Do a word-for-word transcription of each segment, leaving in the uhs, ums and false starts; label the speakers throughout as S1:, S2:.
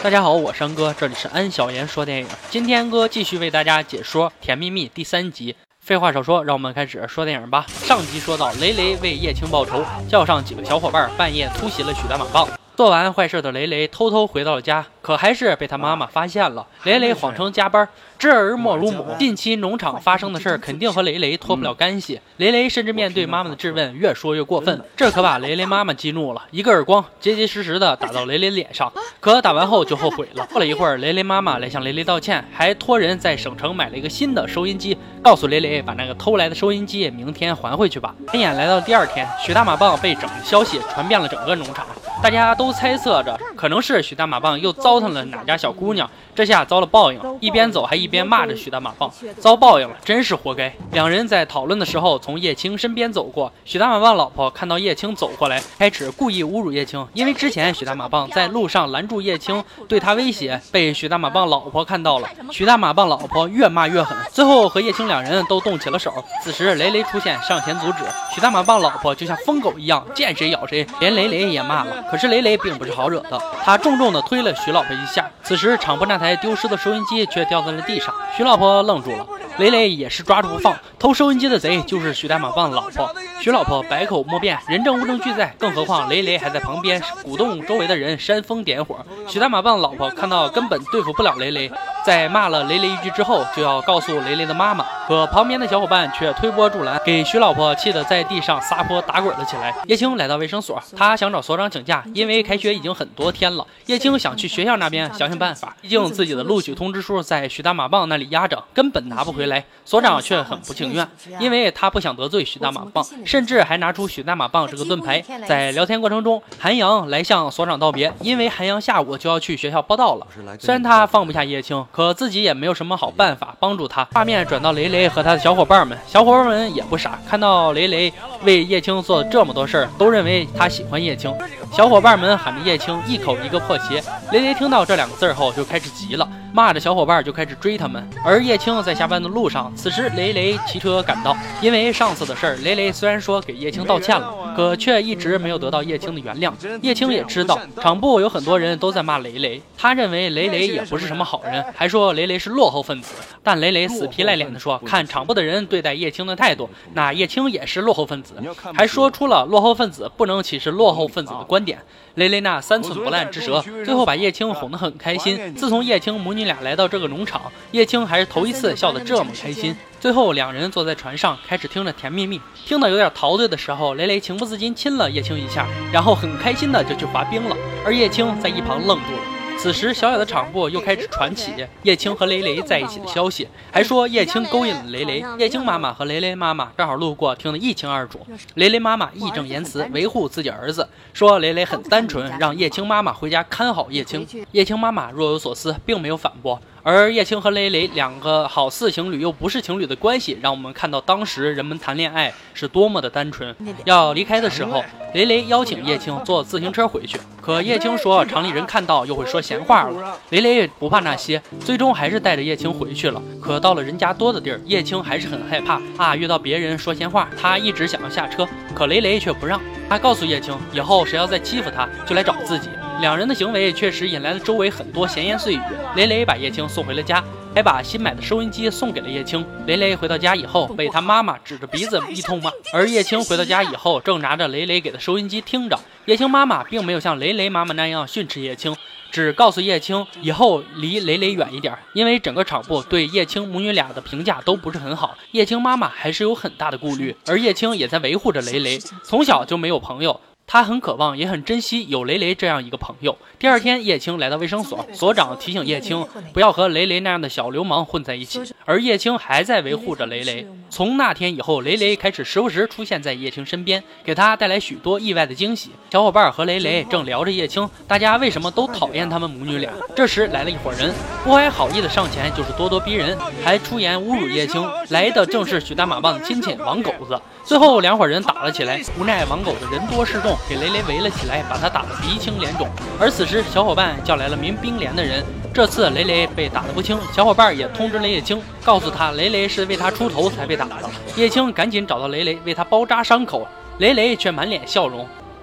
S1: 大家好，我是安哥，这里是安小言说电影。今天哥继续为大家解说《甜蜜蜜》第三集。废话少说，让我们开始说电影吧。上集说到，雷雷为叶青报仇，叫上几个小伙伴，半夜突袭了许大马棒。做完坏事的雷雷偷偷回到了家，可还是被他妈妈发现了。雷雷谎称加班，知儿莫如母。近期农场发生的事肯定和雷雷脱不了干系。雷雷甚至面对妈妈的质问越说越过分，这可把雷雷妈妈激怒了，一个耳光结结实实的打到雷雷脸上。可打完后就后悔了。过了一会儿，雷雷妈妈来向雷雷道歉，还托人在省城买了一个新的收音机，告诉雷雷把那个偷来的收音机明天还回去吧。转眼来到第二天，许大马棒被整的消息传遍了整个农场，大家都猜测着可能是许大马棒又糟蹋了哪家小姑娘，这下遭了报应，一边走还一边骂着许大马棒，遭报应了，真是活该。两人在讨论的时候从叶青身边走过，许大马棒老婆看到叶青走过来，开始故意侮辱叶青，因为之前许大马棒在路上拦住叶青，对他威胁，被许大马棒老婆看到了，许大马棒老婆越骂越狠，最后和叶青两人都动起了手。此时雷雷出现上前阻止，许大马棒老婆就像疯狗一样，见谁咬谁，连雷雷也骂了。可是雷雷并不是好惹的，他重重的推了许老婆一下。此时场部那台丢失的收音机却掉在了地上，许老婆愣住了，雷雷也是抓住不放，偷收音机的贼就是许大马棒的老婆。许老婆百口莫辩，人证物证俱在，更何况雷雷还在旁边鼓动周围的人煽风点火。许大马棒的老婆看到根本对付不了雷雷，在骂了雷雷一句之后就要告诉雷雷的妈妈，可旁边的小伙伴却推波助澜，给许老婆气得在地上撒泼打滚了起来。叶青来到卫生所，他想找所长请假，因为开学已经很多天了。叶青想去学校那边想想办法，毕竟自己的录取通知书在许大马棒那里压着，根本拿不回来。所长却很不情愿，因为他不想得罪许大马棒，甚至还拿出许大马棒这个盾牌。在聊天过程中，韩阳来向所长道别，因为韩阳下午就要去学校报到了。虽然他放不下叶青，可自己也没有什么好办法帮助他。画面转到雷雷和他的小伙伴们，小伙伴们也不傻，看到雷雷为叶青做这么多事儿，都认为他喜欢叶青。小伙伴们喊着叶青，一口一个破鞋。雷雷听到这两个字后就开始急了，骂着小伙伴就开始追他们。而叶青在下班的路上，此时雷雷骑车赶到，因为上次的事儿，雷雷虽然说给叶青道歉了，可却一直没有得到叶青的原谅。叶青也知道场部有很多人都在骂雷雷，他认为雷雷也不是什么好人，还说雷雷是落后分子。但雷雷死皮赖脸的说，看场部的人对待叶青的态度，那叶青也是落后分子，还说出了落后分子不能歧视落后分子的观点。雷雷那三寸不烂之舌，最后把叶青哄得很开心。自从叶青母女俩来到这个农场，叶青还是头一次笑得这么开心。最后两人坐在船上，开始听着甜蜜蜜，听得有点陶醉的时候，雷雷情不自禁亲了叶青一下，然后很开心的就去滑冰了。而叶青在一旁愣住了。此时小小的场部又开始传起叶青和雷雷在一起的消息，还说叶青勾引了雷雷。叶青妈妈和雷雷妈妈正好路过，听得一清二楚。雷雷妈妈义正言辞维护自己儿子，说雷雷很单纯，让叶青妈妈回家看好叶青。叶青妈妈若有所思，并没有反驳。而叶青和雷雷两个好似情侣又不是情侣的关系，让我们看到当时人们谈恋爱是多么的单纯。要离开的时候，雷雷邀请叶青坐自行车回去，可叶青说厂里人看到又会说闲话了。雷雷不怕那些，最终还是带着叶青回去了。可到了人家多的地儿，叶青还是很害怕，怕遇到别人说闲话，他一直想要下车，可雷雷却不让。他告诉叶青，以后谁要再欺负他，就来找自己。两人的行为确实引来了周围很多闲言碎语。雷雷把叶青送回了家，还把新买的收音机送给了叶青。雷雷回到家以后，被他妈妈指着鼻子一通骂，而叶青回到家以后，正拿着雷雷给的收音机听着。叶青妈妈并没有像雷雷妈妈那样训斥叶青，只告诉叶青以后离雷雷远一点，因为整个场部对叶青母女俩的评价都不是很好，叶青妈妈还是有很大的顾虑，而叶青也在维护着雷雷。从小就没有朋友，他很渴望也很珍惜有雷雷这样一个朋友。第二天，叶青来到卫生所，所长提醒叶青不要和雷雷那样的小流氓混在一起，而叶青还在维护着雷雷。从那天以后，雷雷开始时不时出现在叶青身边，给他带来许多意外的惊喜。小伙伴和雷雷正聊着叶青，大家为什么都讨厌他们母女俩。这时来了一伙人，不怀好意的上前就是咄咄逼人，还出言侮辱叶青。来的正是许大马棒的亲戚王狗子。最后两伙人打了起来，无奈王狗子人多势众，给雷雷围了起来，把他打得鼻青脸肿。而此时小伙伴叫来了民兵连的人，这次雷雷被打得不轻，小伙伴也通知了叶青，告诉他雷雷是为他出头才被打的。叶青赶紧找到雷雷为他包扎伤口，雷雷却满脸笑容。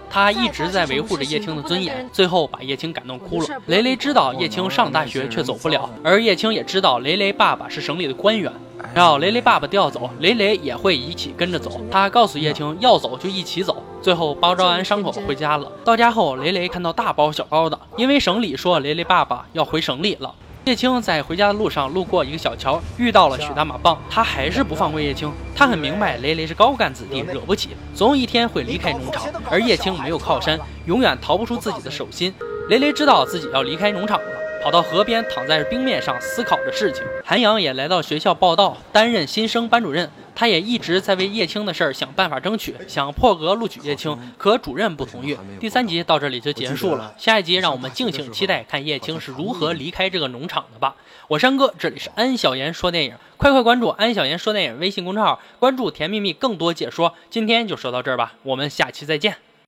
S1: 他一直在维护着叶青的尊严，最后把叶青感动哭了。雷雷知道叶青上大学却走不了，而叶青也知道雷雷爸爸是省里的官员，只要雷雷爸爸调走，雷雷也会一起跟着走。他告诉叶青要走就一起走。最后包扎完伤口回家了。到家后，雷雷看到大包小包的，因为省里说雷雷爸爸要回省里了。叶青在回家的路上路过一个小桥，遇到了许大马棒，他还是不放过叶青。他很明白雷雷是高干子弟，惹不起，总有一天会离开农场，而叶青没有靠山，永远逃不出自己的手心。雷雷知道自己要离开农场了，跑到河边躺在冰面上思考着事情。韩阳也来到学校报道，担任新生班主任。他也一直在为叶青的事儿想办法争取，想破格录取叶青，可主任不同意。第三集到这里就结束了，下一集让我们敬请期待看叶青是如何离开这个农场的吧。我是安哥，这里是安小言说电影，快快关注安小言说电影微信公众号，关注甜蜜蜜更多解说。今天就说到这儿吧，我们下期再见。